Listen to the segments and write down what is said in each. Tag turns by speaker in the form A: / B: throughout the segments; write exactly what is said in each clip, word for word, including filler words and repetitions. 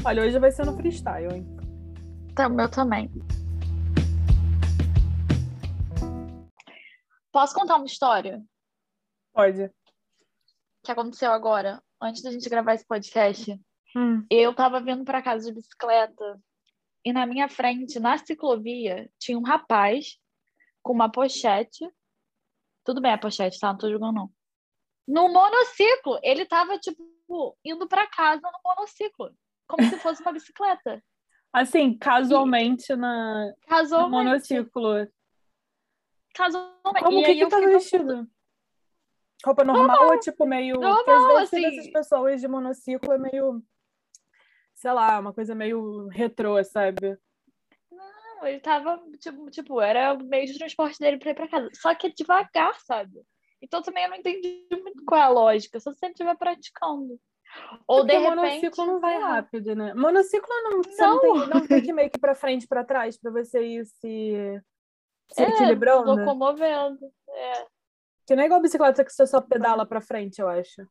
A: Olha, hoje vai ser no freestyle, hein?
B: Então, eu também. Posso contar uma história
A: Pode.
B: que aconteceu agora, antes da gente gravar esse podcast?
A: Hum.
B: Eu tava vindo pra casa de bicicleta e na minha frente, na ciclovia, tinha um rapaz com uma pochete. Tudo bem a pochete, tá? Não tô julgando, não. No monociclo. Ele tava, tipo, indo pra casa no monociclo. Como se fosse uma bicicleta.
A: Assim, casualmente na... no
B: Casualmente.
A: monociclo.
B: Casualmente.
A: Como
B: E
A: que
B: aí
A: que
B: eu
A: tava
B: fiquei
A: vestido? Roupa normal ou tipo meio... Porque às
B: normal,
A: vezes
B: assim.
A: dessas pessoas de monociclo é meio... Sei lá, uma coisa meio retrô, sabe?
B: Não, ele tava, tipo, tipo, era o meio de transporte dele pra ir pra casa. Só que devagar, sabe? Então também eu não entendi muito qual é a lógica, só se ele estiver praticando. Ou de
A: Porque
B: repente,
A: monociclo não vai
B: sei lá.
A: rápido, né? Monociclo não, você não
B: Não,
A: tem, não tem que meio que pra frente e pra trás pra você ir se, se
B: é,
A: equilibrando.
B: locomovendo. É.
A: Que não é igual bicicleta que você só pedala pra frente, eu acho.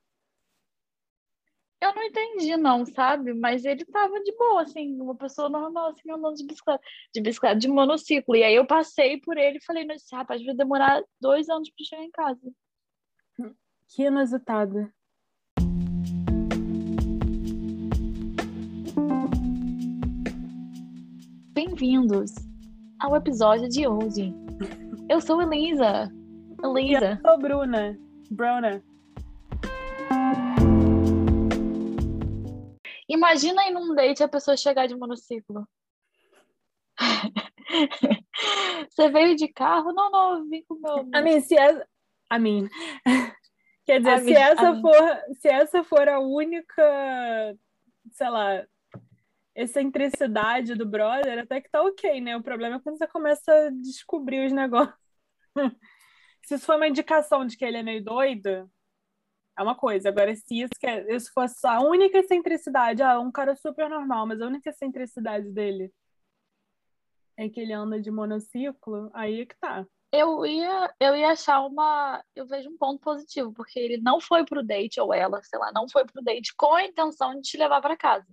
B: Eu não entendi, não, sabe? Mas ele tava de boa, assim, uma pessoa normal, assim, andando de bicicleta, de bicicleta, de monociclo. E aí eu passei por ele e falei, esse rapaz vai demorar dois anos pra chegar em casa.
A: Que inusitado.
B: Bem-vindos ao episódio de hoje. Eu sou Elisa.
A: E eu
B: Elisa.
A: sou Bruna. Bruna.
B: Imagina aí num date a pessoa chegar de monociclo. Você veio de carro? Não, não, eu vim com o meu...
A: A mim, se é... A mim. Quer dizer,
B: A
A: se
B: mim, a
A: essa
B: mim.
A: for, se essa for a única, sei lá, excentricidade do brother, até que tá ok, né? O problema é quando você começa a descobrir os negócios. Se isso foi uma indicação de que ele é meio doido, é uma coisa. Agora, se isso, que é, isso fosse a única excentricidade, ah, um cara super normal, mas a única excentricidade dele é que ele anda de monociclo, aí é que tá.
B: Eu ia, eu ia achar uma... Eu vejo um ponto positivo, porque ele não foi pro date, ou ela, sei lá, não foi pro date com a intenção de te levar pra casa.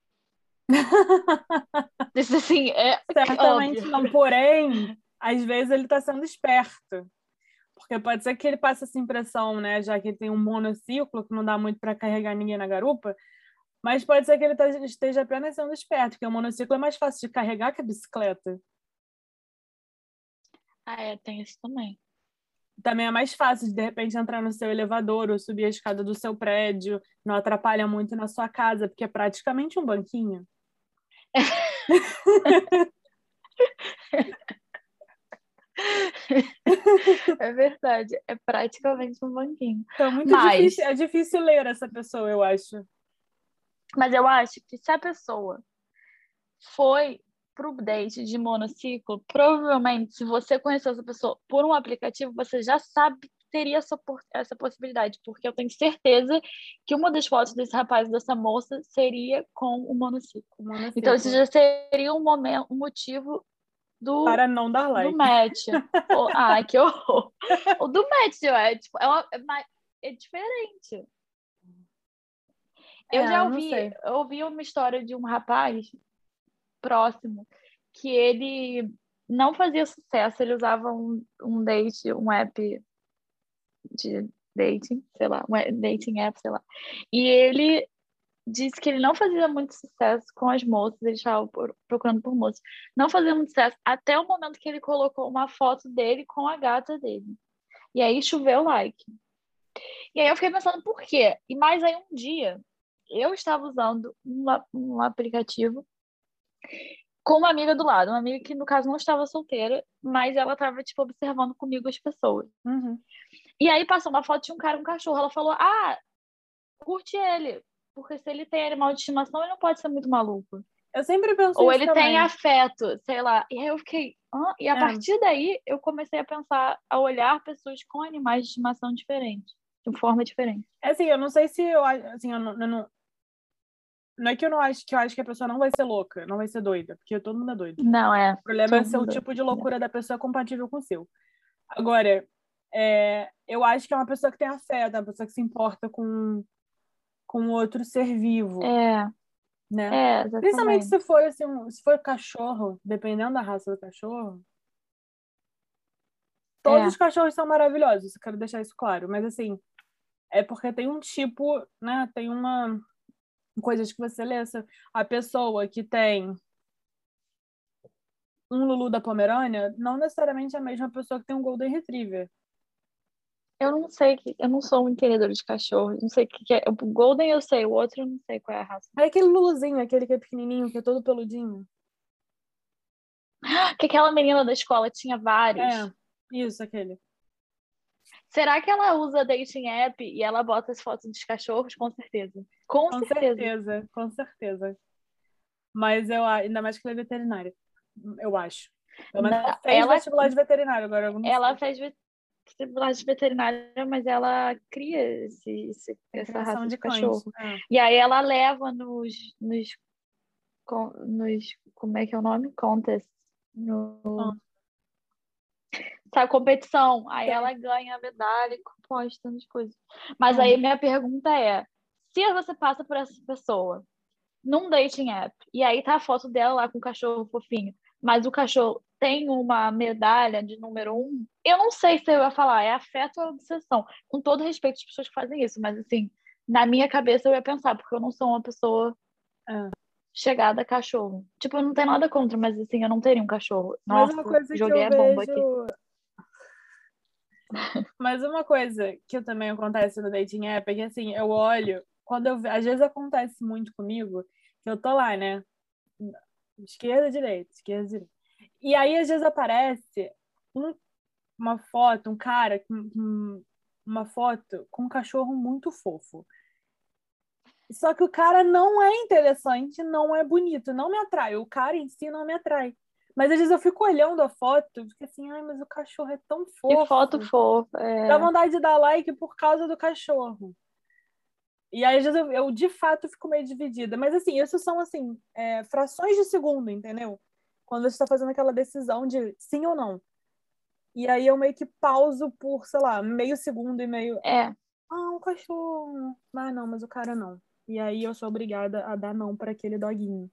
B: Isso, assim, é
A: Certamente
B: óbvio.
A: não, porém, às vezes ele tá sendo esperto. Porque pode ser que ele passe essa impressão, né? Já que ele tem um monociclo, que não dá muito para carregar ninguém na garupa, mas pode ser que ele tá- esteja apenas sendo esperto, porque o monociclo é mais fácil de carregar que a bicicleta.
B: Ah, é, tem isso também.
A: Também é mais fácil de, de repente, entrar no seu elevador ou subir a escada do seu prédio, não atrapalha muito na sua casa, porque é praticamente um banquinho.
B: É verdade, é praticamente um banquinho.
A: Então é muito
B: Mas,
A: difícil, é difícil ler essa pessoa, eu acho.
B: mas eu acho que se a pessoa foi pro date de monociclo, provavelmente, se você conheceu essa pessoa por um aplicativo, você já sabe que teria essa, por- essa possibilidade, porque eu tenho certeza que uma das fotos desse rapaz e dessa moça seria com o monociclo.
A: O monociclo.
B: Então, isso já seria um momento, um motivo do,
A: Para não dar
B: do
A: like.
B: match. Ou, ah, que horror! O do match, é, tipo, é, uma, é, mais- é diferente.
A: É,
B: Eu já
A: eu não
B: ouvi,
A: sei.
B: eu ouvi uma história de um rapaz próximo que ele não fazia sucesso, ele usava um, um date, um app de dating, sei lá, um dating app, sei lá. E ele disse que ele não fazia muito sucesso com as moças, ele estava procurando por moças. Não fazia muito sucesso até o momento que ele colocou uma foto dele com a gata dele. E aí choveu like. E aí eu fiquei pensando, por quê? E mais aí um dia, eu estava usando um, um aplicativo com uma amiga do lado, uma amiga que no caso não estava solteira, mas ela estava tipo observando comigo as pessoas.
A: Uhum.
B: E aí passou uma foto de um cara com um cachorro, ela falou: "Ah, curte ele, porque se ele tem animal de estimação, ele não pode ser muito maluco.
A: Eu sempre penso
B: Ou
A: isso
B: ele tem
A: também.
B: afeto, sei lá". E aí eu fiquei, hã? E a
A: É.
B: partir daí eu comecei a pensar, a olhar pessoas com animais de estimação diferentes, de forma diferente.
A: É assim, eu não sei se eu acho, assim, eu não, eu não, não é que eu não acho que eu acho que a pessoa não vai ser louca, não vai ser doida, porque todo mundo é doido.
B: Não, é.
A: O problema é
B: Todo
A: se o
B: mundo.
A: tipo de loucura da pessoa é compatível com o seu. Agora, é, eu acho que é uma pessoa que tem afeto, é uma pessoa que se importa com com outro ser vivo.
B: É.
A: né?
B: É,
A: Principalmente
B: exatamente.
A: se for assim, um- se for cachorro, dependendo da raça do cachorro, todos
B: É,
A: os cachorros são maravilhosos, eu quero deixar isso claro, mas assim, é porque tem um tipo, né? Tem uma coisas que você lê, essa- a pessoa que tem um Lulu da Pomerânia não necessariamente é a mesma pessoa que tem um Golden Retriever.
B: eu não sei, que, eu não sou um entendedor de cachorro, não sei o que, que é. O Golden eu sei, o outro eu não sei qual é a raça.
A: É aquele Luluzinho, aquele que é pequenininho, que é todo peludinho.
B: Que aquela menina da escola tinha
A: É,
B: vários.
A: isso, aquele.
B: Será que ela usa dating app e ela bota as fotos dos cachorros? Com certeza. Com
A: Com
B: certeza.
A: certeza, com certeza. Mas eu a- ainda mais que ela é veterinária, eu acho. Pelo menos ela
B: Na-
A: fez
B: Ela,
A: vestibular de veterinário, agora eu não
B: ela
A: sei.
B: fez vestibular de veterinária, mas ela cria esse, esse-
A: Tem
B: essa
A: criação
B: raça
A: de
B: de
A: cães.
B: cachorro.
A: É.
B: E aí ela leva nos, nos, con- nos como é que é o nome? Contest.
A: Ah,
B: No, sabe, competição. Aí
A: sei.
B: ela ganha a medalha e posta nas coisas. Mas aí
A: Hum.
B: minha pergunta é: se você passa por essa pessoa num dating app, e aí tá a foto dela lá com o cachorro fofinho, mas o cachorro tem uma medalha de número um, eu não sei se eu ia falar, é afeto ou obsessão. Com todo respeito às pessoas que fazem isso, mas assim, na minha cabeça eu ia pensar, porque eu não sou uma pessoa
A: É.
B: chegada a cachorro. Tipo, eu não tenho nada contra, mas assim, eu não teria um cachorro.
A: Mas uma
B: Nossa,
A: coisa que
B: joguei
A: eu
B: a bomba
A: vejo.
B: aqui.
A: Mas uma coisa que eu também acontece no dating app é que assim, eu olho, quando eu ve- às vezes acontece muito comigo, que eu tô lá, né? Esquerda, direita, esquerda, direita. E aí, às vezes, aparece um- uma foto, um cara com com uma foto com um cachorro muito fofo. Só que o cara não é interessante, não é bonito, não me atrai. O cara em si não me atrai. Mas às vezes eu fico olhando a foto e fico assim, ai, mas o cachorro é tão
B: Que foto
A: fofo.
B: fofa.
A: Dá
B: É...
A: vontade de dar like por causa do cachorro. E aí, às vezes, eu, eu, de fato fico meio dividida. Mas assim, isso são assim, é, frações de segundo, entendeu? Quando você está fazendo aquela decisão de sim ou não. E aí eu meio que pauso por, sei lá, meio segundo e meio.
B: é,
A: Ah, um cachorro. Ah, não, mas o cara não. E aí eu sou obrigada a dar não para aquele doguinho.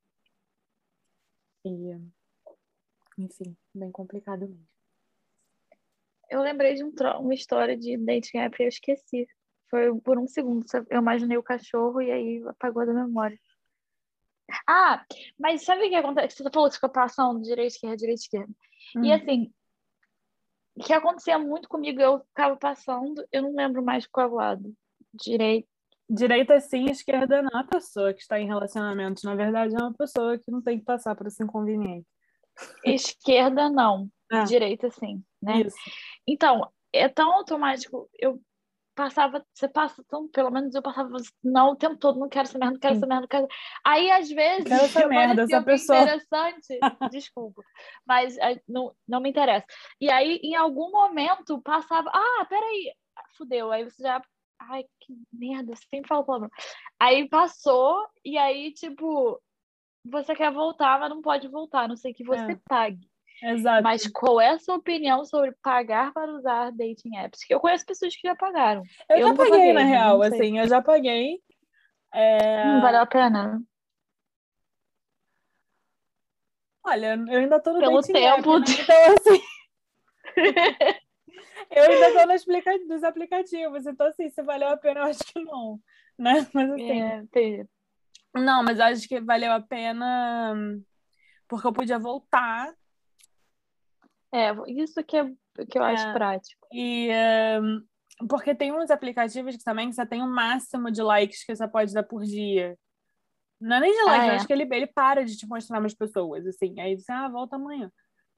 A: E, enfim, bem complicado mesmo.
B: eu lembrei de um tro- uma história de dating app e eu esqueci. Foi por um segundo. Eu imaginei o cachorro e aí apagou da memória. Ah, mas sabe o que acontece? Você falou que fica passando direita, esquerda, direita, esquerda. E
A: Hum.
B: assim, o que acontecia muito comigo, eu ficava passando, eu não lembro mais qual lado. Direito.
A: Direita sim, esquerda não. É uma pessoa que está em relacionamento, na verdade, é uma pessoa que não tem que passar por esse inconveniente.
B: Esquerda, não.
A: É,
B: Direita, sim, né?
A: isso.
B: Então, é tão automático. Eu passava, você passa tão, pelo menos eu passava, não, o tempo todo, não quero essa merda, não quero essa
A: Sim.
B: merda, não quero. Aí, às
A: Eu quero
B: vezes,
A: essa merda,
B: aparecia
A: essa
B: alguém
A: pessoa.
B: interessante, desculpa, mas é, não, não me interessa. E aí, em algum momento, passava, ah, peraí, fudeu, aí você já, ai, que merda, você sempre fala palavrão. Aí passou, e aí, tipo, você quer voltar, mas não pode voltar, a não sei que você
A: É,
B: pague. Mas
A: exato.
B: qual é a sua opinião sobre pagar para usar dating apps? Que eu conheço pessoas que já pagaram.
A: Eu
B: Eu
A: já
B: nunca
A: paguei, na
B: paguei, mas eu
A: real,
B: não sei.
A: assim, eu já paguei.
B: Hum,
A: É...
B: valeu a pena?
A: Olha, eu ainda tô no
B: Pelo
A: dating app,
B: tempo.
A: né? Então, assim, eu ainda tô no explica... dos aplicativos. Então, assim, se valeu a pena, eu acho que não, né? Mas, assim,
B: É, entendi.
A: não, mas eu acho que valeu a pena porque eu podia voltar.
B: É, isso que, é, que eu acho
A: É,
B: prático.
A: e é, porque tem uns aplicativos que também que você tem um máximo de likes que você pode dar por dia. Não é nem de
B: Ah,
A: like, eu acho
B: é.
A: que ele, ele para de te mostrar mais pessoas, assim. Aí você, ah, volta amanhã.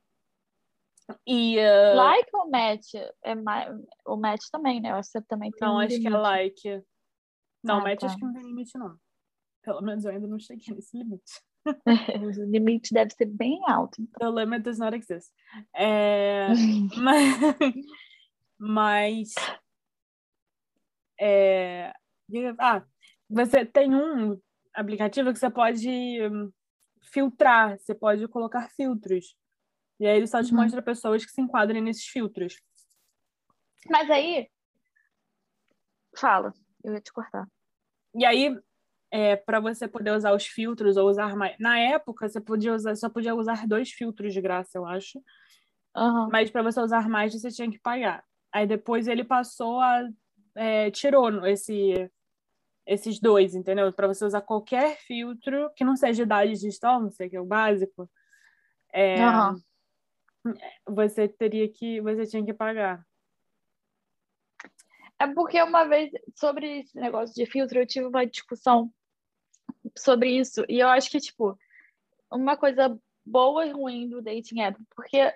A: E uh,
B: Like ou match? É mais, o match também, né? Eu acho que você também tem
A: não,
B: um
A: acho que é
B: limite.
A: like. Não,
B: Ah,
A: match acho
B: tá.
A: que não tem limite, não. Pelo menos eu ainda não cheguei nesse limite.
B: O limite deve ser bem alto, então.
A: The limit does not exist. É, mas, mas é, ah, você tem um aplicativo que você pode hum, filtrar, você pode colocar filtros. E aí ele só te
B: Uhum.
A: mostra pessoas que se enquadrem nesses filtros.
B: Mas aí, fala, eu ia te cortar.
A: E aí é, para você poder usar os filtros ou usar mais. Na época, você podia usar, só podia usar dois filtros de graça, eu acho.
B: Aham.
A: Mas para você usar mais, você tinha que pagar. Aí depois ele passou a. É, tirou esse, esses dois, entendeu? Para você usar qualquer filtro que não seja idade de distância, que é o básico, é,
B: Aham.
A: você teria que. Você tinha que pagar.
B: É porque uma vez, sobre esse negócio de filtro, eu tive uma discussão sobre isso. E eu acho que, tipo, uma coisa boa e ruim do dating app, porque,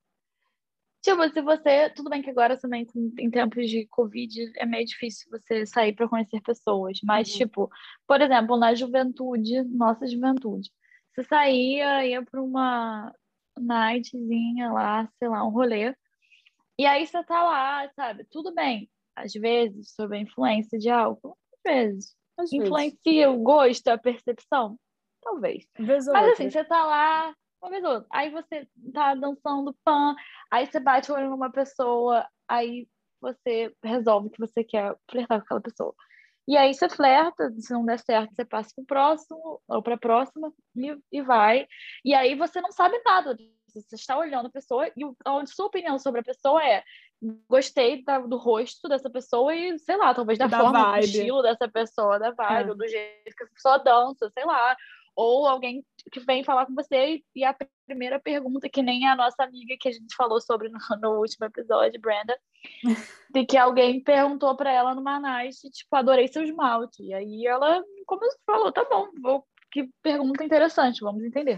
B: tipo, se você. Tudo bem que agora também, em tempos de Covid, é meio difícil você sair para conhecer pessoas. Mas,
A: Uhum.
B: tipo, por exemplo, na juventude, nossa juventude, você saía, ia para uma nightzinha lá, sei lá, um rolê. E aí você tá lá, sabe? Tudo bem. Às vezes, sob a influência de álcool, às vezes.
A: Às vezes.
B: Influencia o gosto, a percepção? Talvez.
A: Vez ou
B: Mas assim,
A: outra.
B: você tá lá, uma vez ou outra. Aí você tá dançando pan, aí você bate o olho numa pessoa, aí você resolve que você quer flertar com aquela pessoa. E aí você flerta, se não der certo, você passa pro próximo, ou pra próxima, e, e vai. E aí você não sabe nada. Você está olhando a pessoa e o- a sua opinião sobre a pessoa é: gostei da- do rosto dessa pessoa e, sei lá, talvez
A: E
B: da
A: da
B: forma, do
A: vibe.
B: estilo dessa pessoa, da
A: É.
B: vibe, ou do jeito que a pessoa dança, sei lá. Ou alguém que vem falar com você e, e a primeira pergunta, que nem a nossa amiga que a gente falou sobre no, no último episódio, Brenda, de que alguém perguntou pra ela numa night, tipo, adorei seu esmalte. E aí ela, como falou, tá bom, vou, que pergunta interessante, vamos entender.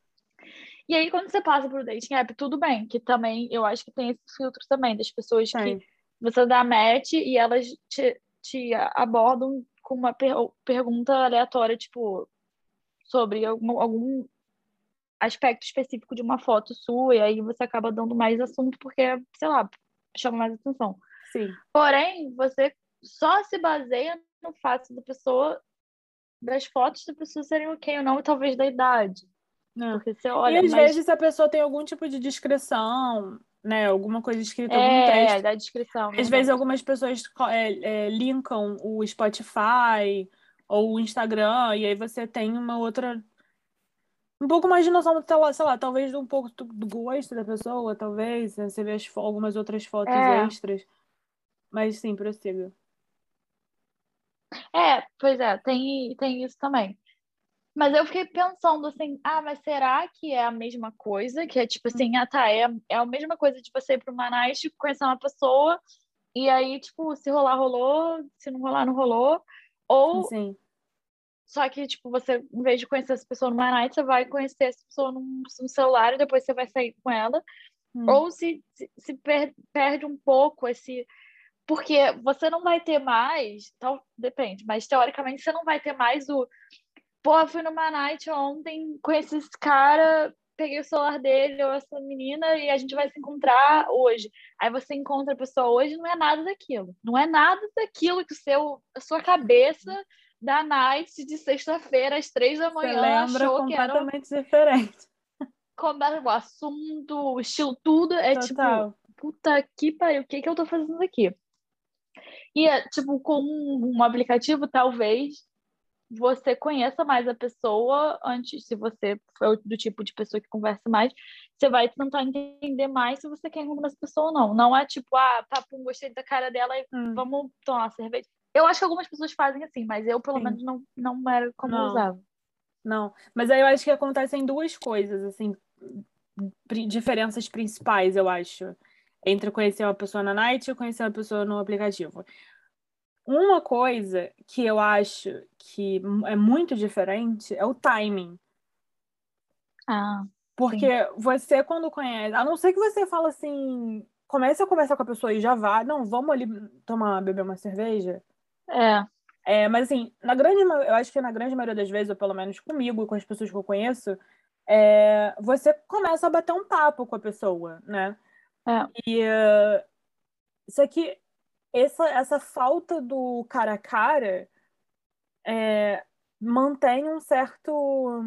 B: E aí, quando você passa pro dating app, tudo bem, que também eu acho que tem esse filtro também das pessoas que
A: Tem.
B: você dá match e elas te, te abordam com uma per pergunta aleatória, tipo, sobre algum, algum aspecto específico de uma foto sua, e aí você acaba dando mais assunto porque, sei lá, chama mais atenção.
A: Sim.
B: Porém, você só se baseia no fato da pessoa, das fotos da pessoa serem ok ou não, e talvez da idade.
A: Né?
B: Porque você
A: E
B: olha,
A: às
B: mas
A: vezes a pessoa tem algum tipo de descrição, né? Alguma coisa escrita, algum
B: é, é
A: texto.
B: da descrição,
A: Às vezes
B: verdade.
A: algumas pessoas co- é, é, linkam o Spotify ou o Instagram, e aí você tem uma outra. Um pouco mais de noção, sei lá, sei lá, talvez um pouco do, do gosto da pessoa, talvez. Né? Você vê as fo- algumas outras fotos
B: É,
A: extras. Mas sim, prossiga.
B: é, pois é, tem, tem isso também. Mas eu fiquei pensando assim, ah, mas será que é a mesma coisa? Que é tipo assim, ah tá, é, é a mesma coisa de você ir pra uma night, conhecer uma pessoa, e aí, tipo, se rolar, rolou, se não rolar, não rolou. Ou,
A: Sim.
B: só que, tipo, você, em vez de conhecer essa pessoa numa night, você vai conhecer essa pessoa num, num celular e depois você vai sair com ela.
A: Hum,
B: Ou se, se, se per- perde um pouco esse. Porque você não vai ter mais, tal, depende, mas teoricamente você não vai ter mais o. Pô, eu fui numa night ontem, conheci esse cara, peguei o celular dele ou essa menina e a gente vai se encontrar hoje. Aí você encontra a pessoa hoje, não é nada daquilo. Não é nada daquilo que o seu, a sua cabeça da night de sexta-feira às três da
A: você
B: manhã
A: lembra
B: achou que era
A: completamente diferente.
B: como era o assunto, o estilo, tudo. É tipo,
A: Total.
B: puta que pariu, o que que eu tô fazendo aqui? E, é, tipo, com um aplicativo, talvez você conheça mais a pessoa antes, se você for do tipo de pessoa que conversa mais, você vai tentar entender mais se você quer encontrar essa pessoa ou não. Não é tipo, ah, papum, gostei da cara dela e
A: Hum,
B: vamos tomar uma cerveja. Eu acho que algumas pessoas fazem assim, mas eu, pelo
A: sim.
B: menos, não, não era como eu
A: Não.
B: usava.
A: Não, mas aí eu acho que acontecem duas coisas, assim, pri- diferenças principais, eu acho, entre conhecer uma pessoa na night e conhecer uma pessoa no aplicativo. Uma coisa que eu acho que é muito diferente é o timing.
B: Ah,
A: Porque
B: sim.
A: você, quando conhece, a não ser que você fala assim, comece a conversar com a pessoa e já vá, não, vamos ali tomar, beber uma cerveja.
B: É,
A: É, mas assim, na grande, ma- eu acho que na grande maioria das vezes, ou pelo menos comigo e com as pessoas que eu conheço, é, você começa a bater um papo com a pessoa, né?
B: é.
A: E eh, isso aqui, essa, essa falta do cara a cara é, mantém um certo,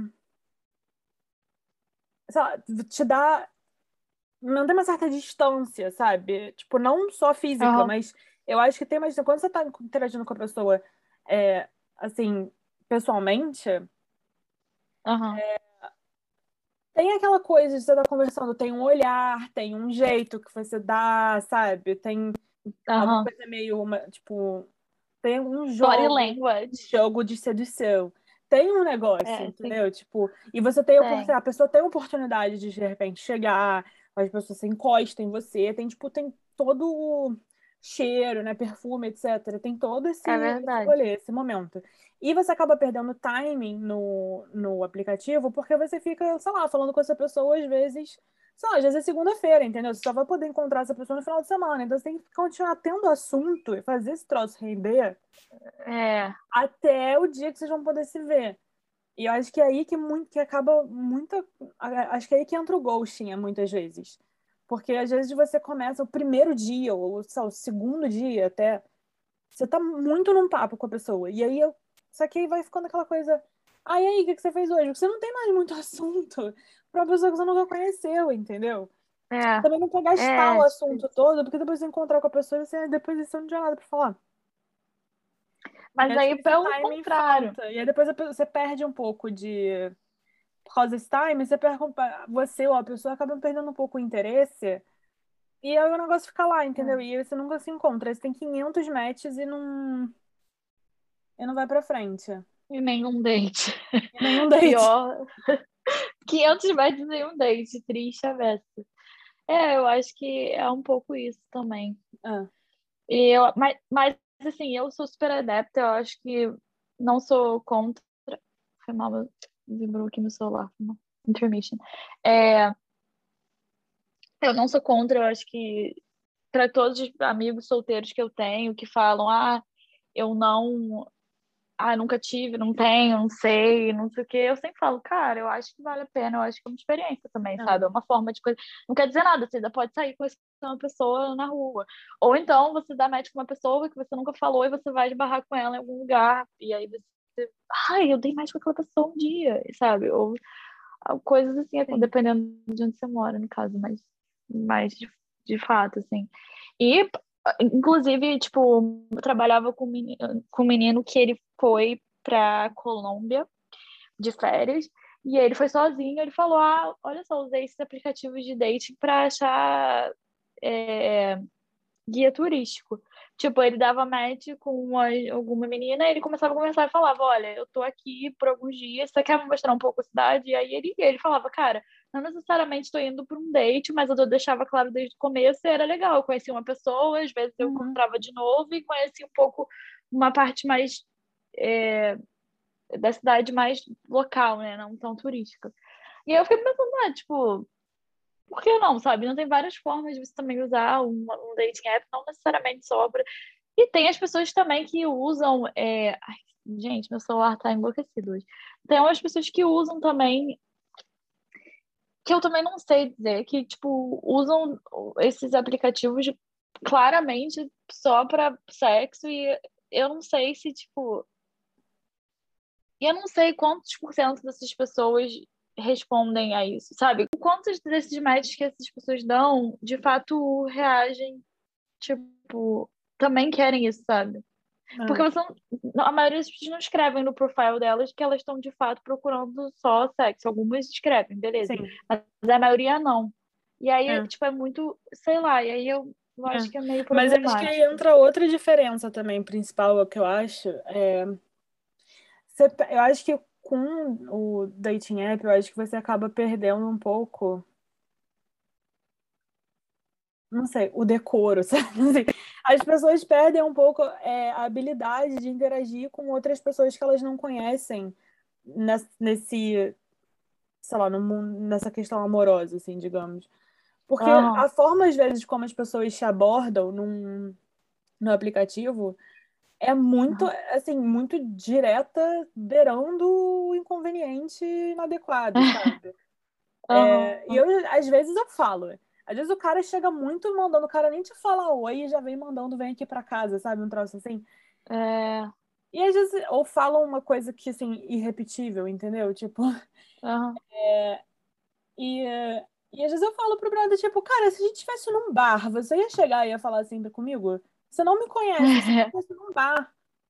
A: sei lá, te dá, mantém uma certa distância, sabe? Tipo, não só física,
B: Aham.
A: mas eu acho que tem mais, quando você tá interagindo com a pessoa, é, assim, pessoalmente,
B: Aham,
A: tem aquela coisa de você estar conversando, tem um olhar, tem um jeito que você dá, sabe? Tem uma
B: aham.
A: coisa meio, uma, tipo, tem um
B: Body
A: jogo, um
B: language.
A: jogo de sedução. Tem um negócio,
B: É, tem,
A: entendeu? Tipo, e você tem a
B: tem.
A: oportunidade, a pessoa tem a oportunidade de de repente chegar, as pessoas se encostam em você, tem tipo, tem todo o cheiro, né, perfume, etcétera. Tem todo esse,
B: É
A: esse
B: verdade.
A: rolê, esse momento. E você acaba perdendo timing no, no aplicativo porque você fica, sei lá, falando com essa pessoa às vezes, sei lá, às vezes é segunda-feira, entendeu? Você só vai poder encontrar essa pessoa no final de semana. Então você tem que continuar tendo assunto e fazer esse troço render
B: É,
A: até o dia que vocês vão poder se ver. E eu acho que é aí que muito que acaba muita, a- acho que é aí que entra o ghosting, é, muitas vezes. Porque às vezes você começa o primeiro dia ou sei lá, o segundo dia até, você tá muito num papo com a pessoa. E aí eu, só que aí vai ficando aquela coisa, ah, e aí, o que que você fez hoje? Porque você não tem mais muito assunto pra uma pessoa que você nunca conheceu, entendeu?
B: é,
A: Também não quer gastar o
B: é, tipo
A: assunto
B: isso.
A: todo, porque depois você encontrar com a pessoa e você, depois você não tinha nada pra falar. E
B: Mas
A: acho que
B: aí,
A: esse
B: pelo
A: timing
B: contrário.
A: falta. E aí depois a pe- você perde um pouco de. Por causa desse time, você, perde, você ou a pessoa acaba perdendo um pouco o interesse. E aí o negócio fica lá, entendeu?
B: É.
A: E aí você nunca se encontra. Aí você tem quinhentos matches e não, e não vai pra frente.
B: E nenhum date.
A: E nenhum date.
B: Pior. quinhentos metros em um date. Triste a beça. É, eu acho que é um pouco isso também.
A: Ah,
B: E eu, mas, mas, assim, eu sou super adepta. Eu acho que não sou contra. Foi mal, meu- vibrou aqui no celular. Foi mal. Intermission. É, eu não sou contra. Eu acho que para todos os amigos solteiros que eu tenho que falam, ah, eu não, ah, nunca tive, não tenho, não sei, não sei o quê, eu sempre falo, cara, eu acho que vale a pena, eu acho que é uma experiência também,
A: ah,
B: sabe? É uma forma de coisa. Não quer dizer nada, você ainda pode sair com uma pessoa na rua. Ou então você dá match com uma pessoa que você nunca falou e você vai esbarrar com ela em algum lugar, e aí você, ai, eu dei match com aquela pessoa um dia, sabe? Ou coisas assim,
A: sim.
B: dependendo de onde você mora, no caso, mas mais de, de fato, assim. E, inclusive, tipo, eu trabalhava com um menino, com um menino que ele foi pra Colômbia de férias, e ele foi sozinho, ele falou, ah, olha só, usei esses aplicativos de dating pra achar é, guia turístico. Tipo, ele dava match com uma, alguma menina e ele começava a conversar e falava, olha, eu tô aqui por alguns dias, você quer me mostrar um pouco a cidade? E aí ele, ele falava, cara, não necessariamente estou indo para um date, mas eu deixava claro desde o começo e era legal. Eu conhecia uma pessoa, às vezes eu
A: Uhum.
B: encontrava de novo e conhecia um pouco uma parte mais é, da cidade mais local, né? Não tão turística. E aí eu fiquei pensando, ah, tipo, por que não, sabe? Não tem várias formas de você também usar um, um dating app, não necessariamente só pra... E tem as pessoas também que usam. É... Ai, gente, meu celular tá enlouquecido hoje. Tem umas pessoas que usam também, que eu também não sei dizer, que, tipo, usam esses aplicativos claramente só pra sexo e eu não sei se, tipo. E eu não sei quantos por cento dessas pessoas respondem a isso, sabe? Quantos desses matches que essas pessoas dão, de fato, reagem, tipo, também querem isso, sabe? Porque
A: Ah,
B: você não, a maioria das pessoas não escrevem no profile delas que elas estão, de fato, procurando só sexo. Algumas escrevem, beleza.
A: sim.
B: Mas a maioria não. E aí,
A: É,
B: tipo, é muito, sei lá, e aí eu, eu
A: é.
B: acho que é meio
A: Mas acho que aí
B: problemático.
A: entra outra diferença também, principal, é o que eu acho. É, você, eu acho que com o dating app, eu acho que você acaba perdendo um pouco, não sei, o decoro, sabe? Não sei. As pessoas perdem um pouco é, a habilidade de interagir com outras pessoas que elas não conhecem nes- nesse, sei lá, no mundo, nessa questão amorosa, assim, digamos. Porque
B: Aham,
A: a forma, às vezes, como as pessoas te abordam num, no aplicativo é muito,
B: aham.
A: assim, muito direta, beirando o inconveniente inadequado, sabe? É, e
B: Aham.
A: eu, às vezes, eu falo. Às vezes o cara chega muito mandando, o cara nem te fala oi e já vem mandando, vem aqui pra casa, sabe? Um troço assim.
B: É,
A: E às vezes, ou falam uma coisa que, assim, irrepetível, entendeu? Tipo,
B: aham.
A: e, eh, e às vezes eu falo pro brother, tipo, cara, se a gente estivesse num bar, você ia chegar e ia falar assim comigo? Você não me conhece, você estivesse num bar.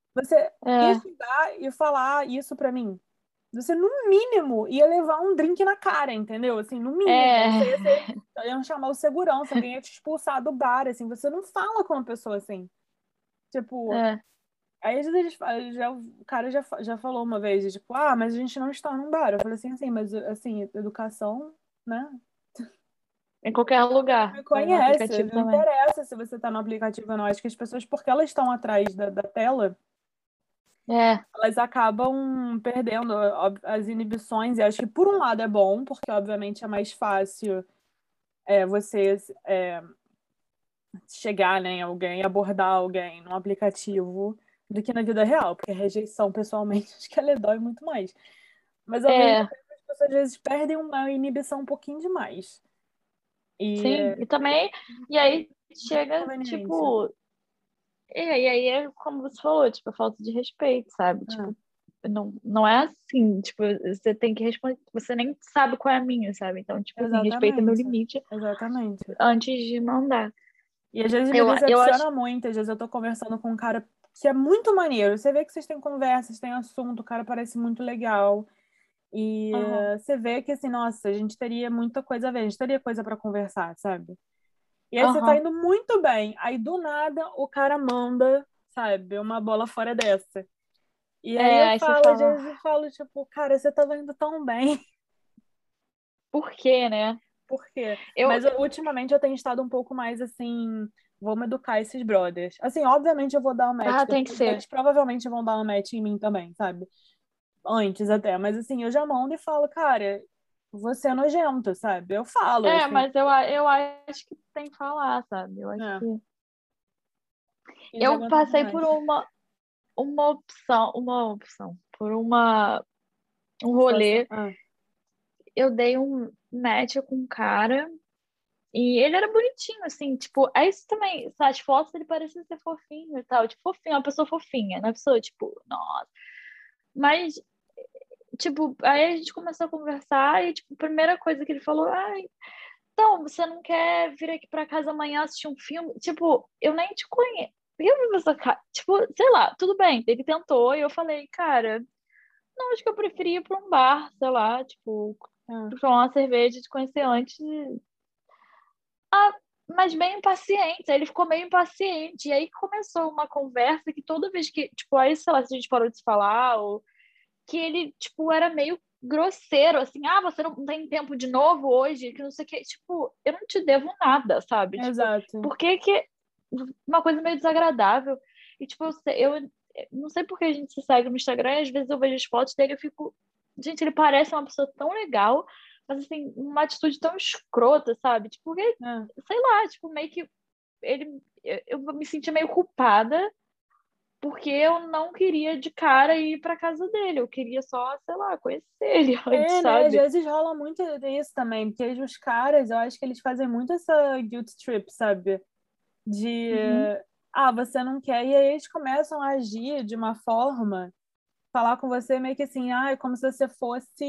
A: Você ia
B: É,
A: chegar e falar isso pra mim. Você, no mínimo, ia levar um drink na cara, entendeu? Assim, no mínimo. Você ia ser,
B: é,
A: iam chamar o segurança, alguém ia te expulsar do bar, assim. Você não fala com uma pessoa assim. Tipo,
B: é.
A: aí às vezes eles falam, já, o cara já, fa- já falou uma vez, tipo, ah, mas a gente não está num bar. Eu falei assim, assim, mas assim, educação, né?
B: Em qualquer
A: Você
B: lugar,
A: me
B: tá? No
A: conhece,
B: aplicativo
A: não
B: também.
A: interessa se você tá no aplicativo ou não. Acho que as pessoas, porque elas estão atrás da, da tela,
B: É,
A: elas acabam perdendo ó, as inibições. E acho que por um lado é bom, porque obviamente é mais fácil é, você é, chegar, né, em alguém, abordar alguém num aplicativo do que na vida real, porque a rejeição, pessoalmente, acho que ela dói muito mais. Mas ao mesmo
B: é,
A: tempo, as pessoas às vezes perdem uma inibição um pouquinho demais. E
B: sim.
A: é
B: E também, e aí
A: muito
B: chega,
A: inconveniente.
B: tipo, e aí, aí é como você falou, tipo, a falta de respeito, sabe?
A: Ah,
B: Tipo, não, não é assim, tipo, você tem que responder, você nem sabe qual é a minha, sabe? Então, tipo assim, respeita meu
A: exatamente.
B: limite
A: Exatamente.
B: antes de mandar.
A: E às vezes me
B: Eu, eu acho.
A: decepciona muito, às vezes eu tô conversando com um cara que é muito maneiro. Você vê que vocês têm conversas, têm assunto, o cara parece muito legal. E
B: Aham,
A: eh, você vê que assim, nossa, a gente teria muita coisa a ver, a gente teria coisa pra conversar, sabe? E aí você tá
B: aham.
A: indo muito bem. Aí do nada o cara manda, sabe, uma bola fora dessa. E aí
B: É,
A: eu
B: aí você
A: falo, às
B: fala,
A: vezes eu falo, tipo, cara, você tava indo tão bem.
B: por quê, né?
A: Por quê?
B: Eu.
A: Mas eu- ultimamente eu tenho estado um pouco mais assim, vamos educar esses brothers. Assim, obviamente eu vou dar um match
B: Ah, tem que
A: depois,
B: ser.
A: eles provavelmente vão dar um match em mim também, sabe? Antes até, mas assim, eu já mando e falo, cara, você é nojento, sabe? Eu falo,
B: É,
A: assim,
B: mas eu, a- eu acho que tem que falar, sabe? Eu acho
A: né?
B: que.
A: E já
B: Eu
A: aguentando
B: passei por
A: mais.
B: uma, uma opção, uma opção, por uma, um
A: Situação.
B: rolê.
A: Ah,
B: Eu dei um match com um cara e ele era bonitinho, assim, tipo, é isso também, sabe, as fotos ele parecia ser fofinho e tal, tipo, fofinho, uma pessoa fofinha, não é uma pessoa, tipo, nossa. Mas, tipo, aí a gente começou a conversar e, tipo, a primeira coisa que ele falou, ai, então, você não quer vir aqui pra casa amanhã assistir um filme? Tipo, eu nem te conheço. Eu vi essa cara, tipo, sei lá, tudo bem, ele tentou e eu falei, cara, não, acho que eu preferia ir pra um bar, sei lá, tipo,
A: ah.
B: tomar uma cerveja, te conhecer antes. Mas meio impaciente, aí ele ficou meio impaciente. E aí começou uma conversa que toda vez que, tipo, aí, sei lá, se a gente parou de se falar, ou que ele, tipo, era meio grosseiro, assim, ah, você não tem tempo de novo hoje, que não sei o que. Tipo, eu não te devo nada, sabe? Tipo,
A: Exato.
B: por que que. Uma coisa meio desagradável. E, tipo, eu, sei- eu não sei por que a gente se segue no Instagram, e às vezes eu vejo as fotos dele e eu fico. Gente, ele parece uma pessoa tão legal, mas, assim, uma atitude tão escrota, sabe? Tipo, porque,
A: Ah,
B: sei lá, tipo, meio que ele. Eu eu me sentia meio culpada porque eu não queria de cara ir pra casa dele. Eu queria só, sei lá, conhecer ele antes,
A: é, né? Às
B: sabe?
A: vezes rola muito isso também, porque os caras, eu acho que eles fazem muito essa guilt trip, sabe? De,
B: Uhum.
A: ah, você não quer, e aí eles começam a agir de uma forma, falar com você meio que assim, ah, é como se você fosse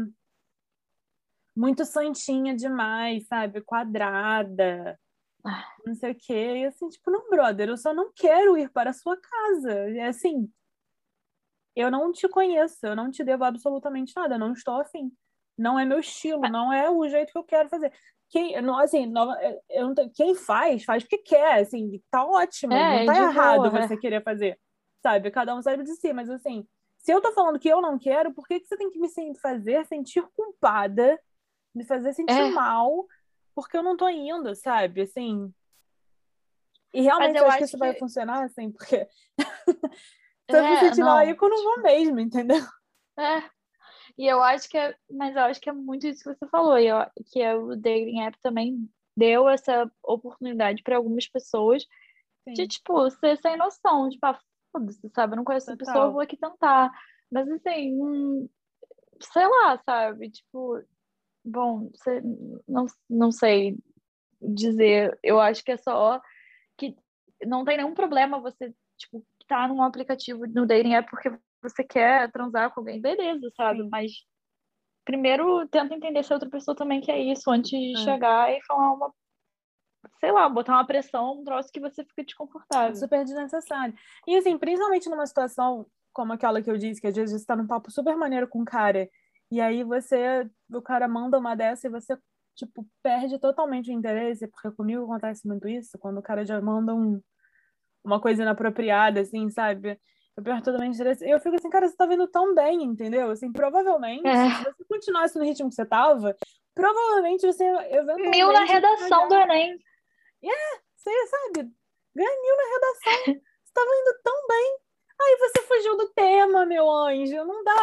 A: muito santinha demais, sabe? Quadrada,
B: Ah,
A: não sei o quê. E assim, tipo, não, brother, eu só não quero ir para a sua casa. É assim, eu não te conheço, eu não te devo absolutamente nada, eu não estou afim. Não é meu estilo,
B: mas-
A: não é o jeito que eu quero fazer. Quem, não, assim, não, eu não, tenho- quem faz, faz porque quer, assim, tá ótimo, não
B: É,
A: tá
B: de
A: errado
B: boa,
A: você
B: é.
A: querer fazer, sabe? Cada um sabe de si, mas assim, se eu tô falando que eu não quero, por que que você tem que me sen- fazer sentir culpada, me fazer sentir
B: É,
A: mal, porque eu não tô indo, sabe? Assim, e
B: mas
A: realmente eu
B: eu
A: acho que
B: acho
A: isso vai
B: que.
A: funcionar, assim, porque se eu me
B: É,
A: sentir mal aí,
B: não.
A: que eu não vou mesmo, entendeu?
B: É. E eu acho que é. Mas eu acho que é muito isso que você falou. E eu, que é o dating app também deu essa oportunidade para algumas pessoas de,
A: Sim,
B: tipo, ser sem noção. Tipo, ah, foda-se, sabe? Eu não conheço essa pessoa, eu
A: total.
B: vou aqui tentar. Mas assim, hum, sei lá, sabe? Tipo, bom, sei- não, não sei dizer. Eu acho que é só que não tem nenhum problema você, tipo, estar num aplicativo no dating app porque você quer transar com alguém, beleza, sabe?
A: Sim.
B: Mas primeiro tenta entender se a outra pessoa também quer isso antes de
A: É.
B: chegar e falar uma, sei lá, botar uma pressão, um troço que você fica desconfortável.
A: Super desnecessário. E assim, principalmente numa situação como aquela que eu disse, que às vezes você tá num papo super maneiro com o cara, e aí você, o cara manda uma dessa e você, tipo, perde totalmente o interesse, porque comigo acontece muito isso, quando o cara já manda um, uma coisa inapropriada, assim, sabe? Eu perco totalmente o interesse. Eu fico assim, cara, você tá vendo tão bem, entendeu? Assim, provavelmente,
B: É.
A: se você continuasse no ritmo que você tava, provavelmente você eventualmente...
B: Mil na redação do Enem.
A: Yeah, você sabe, ganha mil na redação. Você tava indo tão bem. Aí você fugiu do tema, meu anjo. Não dá.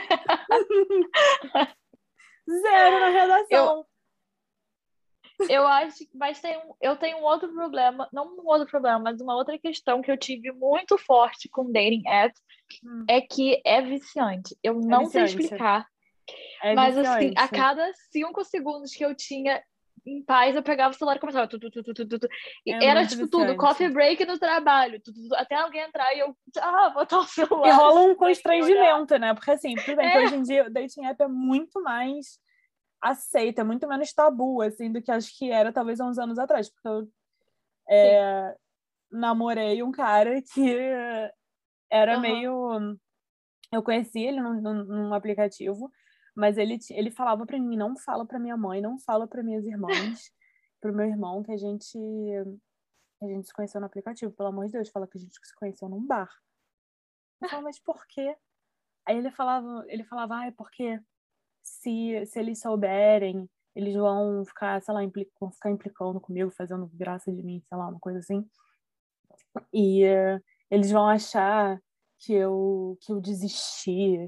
B: É.
A: Zero na
B: Eu,
A: redação.
B: eu acho que mas tem um, eu tenho um outro problema, não um outro problema, mas uma outra questão que eu tive muito forte com dating apps
A: Hum,
B: é que é viciante. Eu
A: é
B: não sei
A: viciante.
B: explicar,
A: É
B: mas assim, a
A: viciante.
B: cada cinco segundos que eu tinha em paz, eu pegava o celular e começava. Tu, tu, tu, tu, tu, tu, tu. E
A: É
B: era
A: muito
B: tipo tudo,
A: viciante.
B: coffee break no trabalho, tu, tu, tu, até alguém entrar e eu ah, botar o
A: E
B: celular
A: rola
B: assim,
A: um
B: pra ninguém olhar.
A: constrangimento, né? Porque assim, tudo bem que
B: É,
A: hoje em dia o dating app é muito mais aceita, é muito menos tabu, assim, do que acho que era talvez há uns anos atrás. Porque eu
B: sim.
A: namorei um cara que era
B: Aham.
A: meio... Eu conheci ele num, num, num aplicativo, mas ele, ti- ele falava pra mim, não fala pra minha mãe, não fala pra minhas irmãs, pro meu irmão que a gente, a gente se conheceu no aplicativo, pelo amor de Deus, fala que a gente se conheceu num bar. Eu falava, mas por quê? Aí ele falava, ele falava, ah, é porque se, se eles souberem, eles vão ficar, sei lá, impli- vão ficar implicando comigo, fazendo graça de mim, sei lá, uma coisa assim. E eh, eles vão achar que eu, que eu desisti.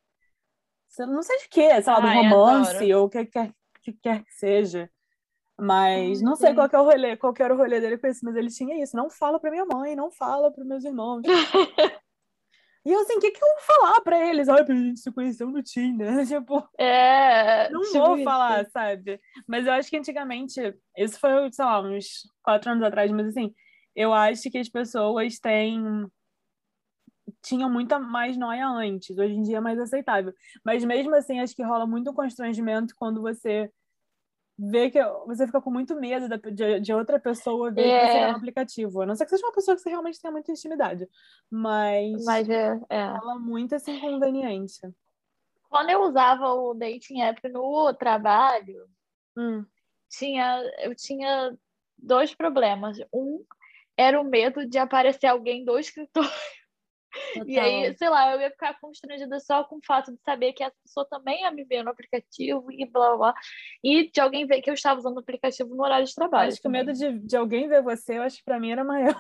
A: Não sei de quê, sei lá, do
B: Ai, adoro.
A: romance ou o que quer que, quer que seja. Mas
B: Ai,
A: não sei qual que
B: gente.
A: é o rolê, qual que era o rolê dele com isso, mas ele tinha isso. Não fala pra minha mãe, não fala pros meus irmãos. E eu assim, o que, que eu vou falar pra eles? Ai, a gente se conheceu no Tinder. Tipo,
B: É,
A: não
B: tipo
A: vou
B: isso.
A: falar, sabe? Mas eu acho que antigamente, isso foi, sei lá, uns quatro anos atrás, mas assim, eu acho que as pessoas têm tinham muita mais noia antes, hoje em dia é mais aceitável. Mas mesmo assim, acho que rola muito constrangimento quando você vê que você fica com muito medo da- de, de outra pessoa ver que você tá no
B: É,
A: aplicativo. A não ser que seja uma pessoa que você realmente tenha muita intimidade. Mas
B: mas é, é.
A: rola muito essa inconveniência.
B: Quando eu usava o dating app no trabalho,
A: Hum,
B: tinha, eu tinha dois problemas. Um era o medo de aparecer alguém do escritório. E aí,
A: total.
B: sei lá, eu ia ficar constrangida só com o fato de saber que essa pessoa também ia me ver no aplicativo e blá blá blá. E de alguém ver que eu estava usando o aplicativo no horário de trabalho
A: Acho que o medo
B: também.
A: de, de alguém ver você, eu acho que pra mim era maior.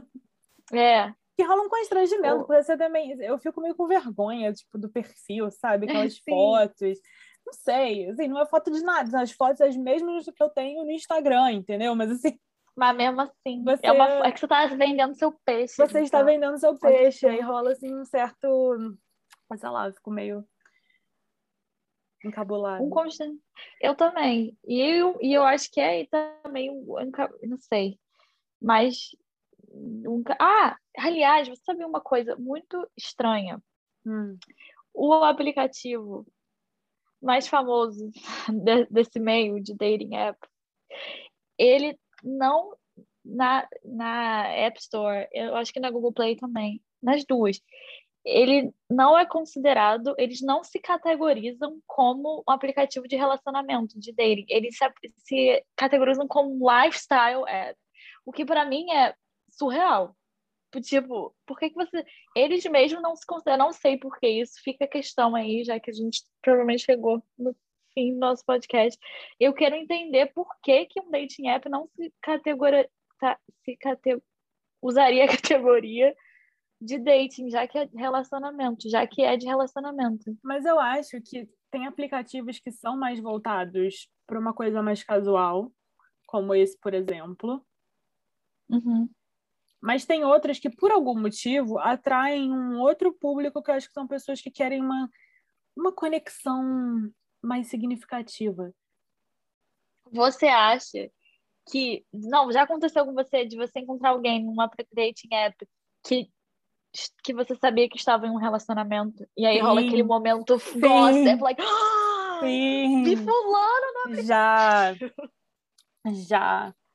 B: É.
A: Que rola um constrangimento,
B: O...
A: porque você também. Eu fico meio com vergonha, tipo, do perfil, sabe? Aquelas
B: Sim.
A: fotos. Não sei, assim, não é foto de nada, são as fotos as mesmas que eu tenho no Instagram, entendeu? Mas assim,
B: Mas mesmo assim, é uma é
A: você,
B: que você tá vendendo seu peixe
A: você
B: ali
A: está
B: pra
A: vendendo seu
B: uma
A: peixe, aí
B: pessoa.
A: rola assim um certo, sei lá, eu fico meio
B: Um
A: encabulada.
B: constante. Eu também. E eu, e eu acho que é aí também, um- um ca- não sei, mas um ca- ah, aliás, você sabe uma coisa muito estranha?
A: Hum,
B: O aplicativo mais famoso de- desse meio de dating app, ele não na, na App Store, eu acho que na Google Play também, nas duas. Ele não é considerado, eles não se categorizam como um aplicativo de relacionamento, de dating. Eles se, se categorizam como um lifestyle app, o que para mim é surreal. Tipo, por que que você. Eles mesmos não se consideram, não sei por que isso, fica a questão aí, já que a gente provavelmente chegou no fim do nosso podcast. Eu quero entender por que que um dating app não se categora, tá, se cate, usaria a categoria de dating, já que é de relacionamento, já que é de relacionamento.
A: Mas eu acho que tem aplicativos que são mais voltados para uma coisa mais casual, como esse, por exemplo.
B: Uhum.
A: Mas tem outras que, por algum motivo, atraem um outro público que eu acho que são pessoas que querem uma, uma conexão mais significativa.
B: Você acha que. Não, já aconteceu com você de você encontrar alguém numa dating app que que você sabia que estava em um relacionamento. E aí rola aquele
A: Sim,
B: momento gossip,
A: sim,
B: like, ah, vi
A: sim.
B: fulano no
A: Já,
B: aplicativo.
A: já.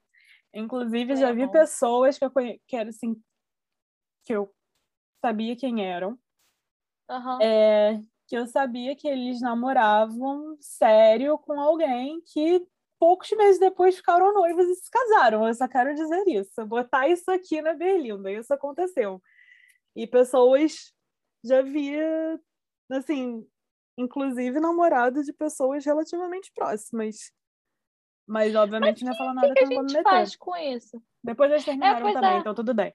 A: Inclusive, já vi
B: Legal.
A: pessoas que eu, conhe... que, era, assim, que eu sabia quem eram,
B: Aham.
A: é, que eu sabia que eles namoravam sério com alguém que poucos meses depois ficaram noivos e se casaram. Eu só quero dizer isso, botar isso aqui na Berlinda. Isso aconteceu. E pessoas já via, assim, inclusive namorado de pessoas relativamente próximas. Mas, obviamente, não ia falar
B: O que
A: nada
B: que
A: que
B: a
A: eu não vou me
B: gente
A: meter.
B: faz com isso?
A: Depois eles
B: É,
A: terminaram
B: pois
A: também,
B: é.
A: então tudo bem.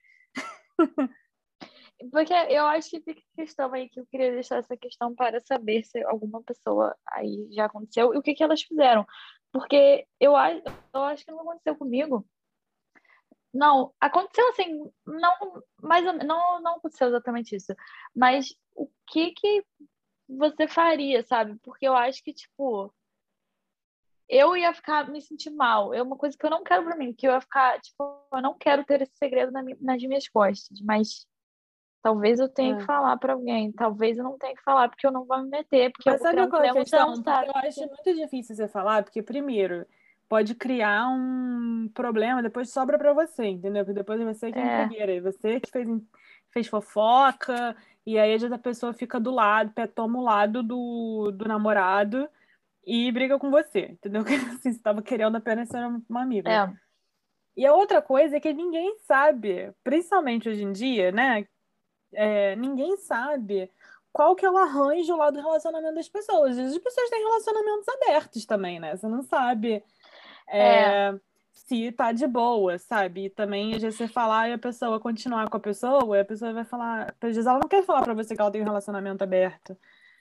B: Porque eu acho que fica a questão aí que eu queria deixar essa questão para saber se alguma pessoa aí já aconteceu e o que que elas fizeram. Porque eu, a- eu acho que não aconteceu comigo. Não, aconteceu assim, não, mais ou, não, não aconteceu exatamente isso. Mas o que que você faria, sabe? Porque eu acho que, tipo, eu ia ficar, me sentir mal. É uma coisa que eu não quero pra mim, que eu ia ficar, tipo, eu não quero ter esse segredo na mi- nas minhas costas, mas talvez eu tenha que
A: É.
B: falar pra alguém, talvez eu não tenha que falar porque eu não vou me meter, porque eu
A: Mas
B: vou criar
A: sabe
B: um
A: qual é a
B: problema, você não
A: questão? Porque
B: sabe.
A: eu acho muito difícil você falar, porque, primeiro, pode criar um problema, depois sobra pra você, entendeu? Porque depois você que é
B: É,
A: intrigueira, e você que fez, fez fofoca, e aí às vezes a pessoa fica do lado, pé- toma o lado do, do namorado e briga com você, entendeu? Que assim, você tava querendo apenas ser uma amiga.
B: é,
A: E a outra coisa é que ninguém sabe, principalmente hoje em dia, né? É, ninguém sabe qual que é o arranjo lá do relacionamento das pessoas. As pessoas têm relacionamentos abertos também, né? Você não sabe
B: é.
A: é, se tá de boa, sabe? E também, às vezes, você falar e a pessoa continuar com a pessoa, e a pessoa vai falar. Às vezes, ela não quer falar pra você que ela tem um relacionamento aberto.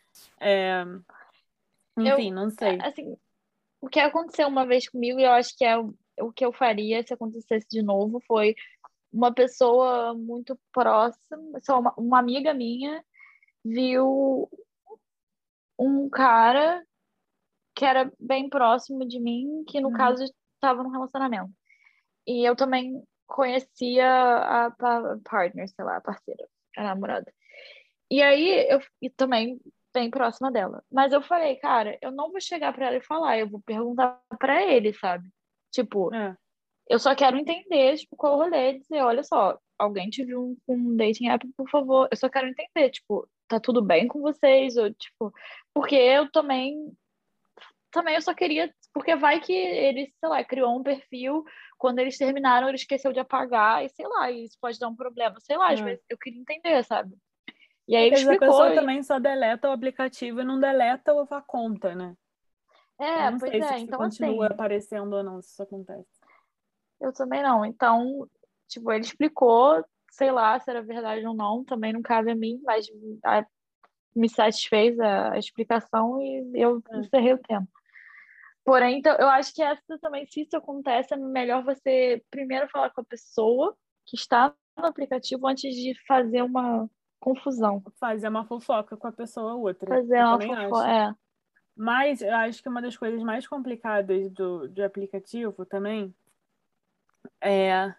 A: Enfim,
B: Eu,
A: não sei.
B: assim, o que aconteceu uma vez comigo, e eu acho que é o, o que eu faria se acontecesse de novo, foi uma pessoa muito próxima, só uma, uma amiga minha, viu um cara que era bem próximo de mim, que no
A: Uhum.
B: caso estava num relacionamento. E eu também conhecia a pa- partner, sei lá, a parceira, a namorada. E aí eu e também bem próxima dela. Mas eu falei, cara, eu não vou chegar pra ela e falar, eu vou perguntar pra ele, sabe? Tipo,
A: É.
B: eu só quero entender, tipo, qual o rolê, dizer, olha só, alguém te viu com um dating app, por favor. Eu só quero entender, tipo, tá tudo bem com vocês? Ou, tipo, porque eu também, também eu só queria, porque vai que ele, sei lá, criou um perfil, quando eles terminaram, ele esqueceu de apagar, e sei lá, isso pode dar um problema. Sei lá, às
A: É.
B: vezes eu queria entender, sabe? E aí
A: Porque
B: ele
A: às vezes a
B: explicou,
A: pessoa
B: e,
A: também só deleta o aplicativo e não deleta a conta, né? Eu
B: é,
A: não
B: pois
A: sei se
B: é,
A: isso
B: então
A: continua
B: assim,
A: aparecendo ou não, se isso acontece.
B: eu também não. Então, tipo, ele explicou, sei lá se era verdade ou não, também não cabe a mim, mas a- me satisfez a, a explicação e eu
A: É.
B: encerrei o tema. Porém, então, eu acho que essa também, se isso acontece, é melhor você primeiro falar com a pessoa que está no aplicativo antes de fazer uma confusão.
A: Fazer uma fofoca com a pessoa ou outra.
B: Fazer
A: Eu
B: uma
A: também
B: fofoca.
A: acho.
B: É,
A: Mas eu acho que uma das coisas mais complicadas do, do aplicativo também é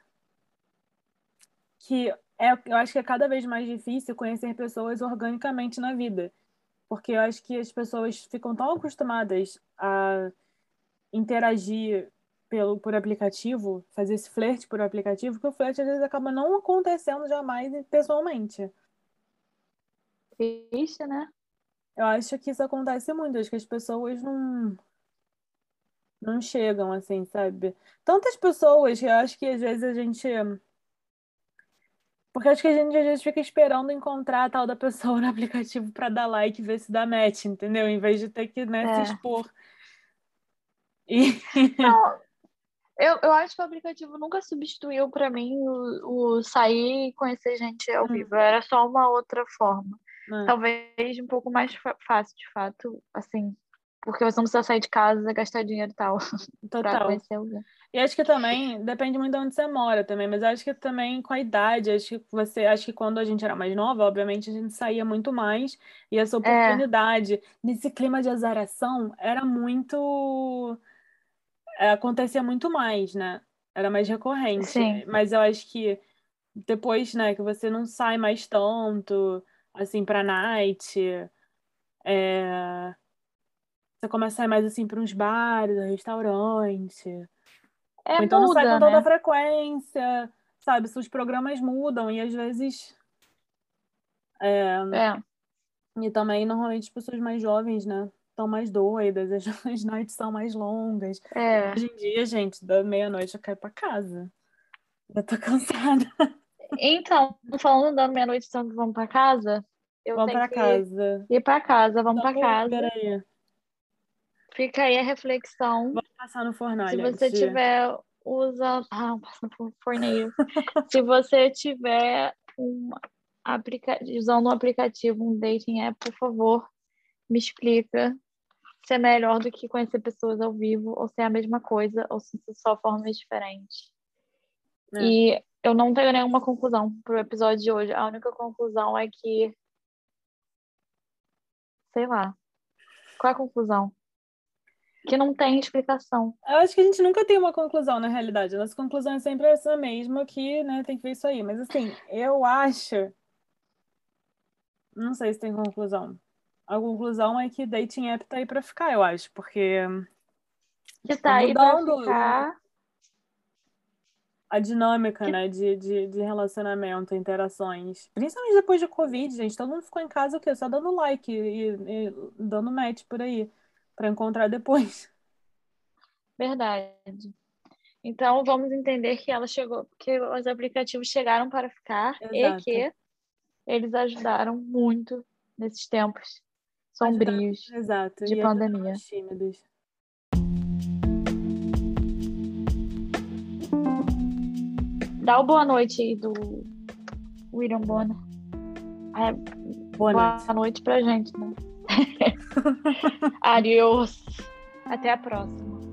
A: que é, eu acho que é cada vez mais difícil conhecer pessoas organicamente na vida. Porque eu acho que as pessoas ficam tão acostumadas a interagir pelo, por aplicativo, fazer esse flerte por aplicativo, que o flerte às vezes acaba não acontecendo jamais pessoalmente.
B: triste, né?
A: Eu acho que isso acontece muito, acho que as pessoas não, não chegam assim, sabe? Tantas pessoas que eu acho que às vezes a gente. Porque acho que a gente às vezes fica esperando encontrar a tal da pessoa no aplicativo pra dar like e ver se dá match, entendeu? Em vez de ter que, né, se
B: É.
A: expor. E
B: Não, eu, eu acho que o aplicativo nunca substituiu para mim o, o sair e conhecer gente ao
A: Hum,
B: vivo. Era só uma outra forma.
A: né,
B: Talvez um pouco mais fa- fácil, de fato, assim, porque você não precisa sair de casa, gastar dinheiro e tal, para
A: total.
B: conhecer alguém.
A: E acho que também depende muito de onde você mora também, mas acho que também com a idade, acho que você, acho que quando a gente era mais nova, obviamente a gente saía muito mais e essa
B: É,
A: oportunidade nesse clima de azaração era muito, é, acontecia muito mais, né? Era mais recorrente.
B: sim.
A: Mas eu acho que depois, né, que você não sai mais tanto assim pra night, é, você começa a sair mais assim para uns bares, restaurantes.
B: É,
A: Ou então não sai com
B: muda,
A: tanta
B: né?
A: frequência, sabe? Se os programas mudam e às vezes. é,
B: É,
A: E também, normalmente, as pessoas mais jovens, né? Estão mais doidas, as as noites são mais longas.
B: é.
A: Hoje em dia, gente, da meia-noite eu quero ir pra casa. Já tô cansada.
B: Então, falando da meia-noite, então que vamos pra casa, eu
A: Vamos
B: tenho
A: pra
B: que
A: casa.
B: ir pra casa, vamos
A: Chama
B: pra
A: o Uber
B: casa.
A: aí.
B: Fica aí a reflexão.
A: Vamos passar no
B: Se
A: fornalha antes
B: você
A: de ir.
B: tiver usando. Ah, passando por forneio. Se você tiver um aplica... usando um aplicativo, um dating app, por favor, me explica se é melhor do que conhecer pessoas ao vivo, ou se é a mesma coisa, ou se são só formas diferentes.
A: É.
B: E eu não tenho nenhuma conclusão pro episódio de hoje. A única conclusão é que, sei lá, qual é a conclusão? Que não tem explicação.
A: Eu acho que a gente nunca tem uma conclusão, na realidade. A nossa conclusão é sempre essa mesma, que, né, tem que ver isso aí. Mas, assim, eu acho... Não sei se tem conclusão. A conclusão é que dating app tá aí pra ficar, eu acho. Porque
B: Que
A: tá
B: tá aí pra
A: mudando o-
B: ficar.
A: a dinâmica,
B: Que...
A: né, de, de, de relacionamento, interações. Principalmente depois de Covid, gente. Todo mundo ficou em casa o quê? Só dando like e, e dando match por aí. Pra encontrar depois.
B: Verdade. Então vamos entender que ela chegou, que os aplicativos chegaram para ficar e
A: Exato.
B: que eles ajudaram muito nesses tempos
A: Ajudaram,
B: sombrios
A: exato.
B: de
A: E ajudaram
B: pandemia.
A: os tímidos.
B: Dá o boa noite aí do William Bonner. É,
A: Boa
B: boa
A: noite.
B: noite pra gente, né? Adiós. Até a próxima.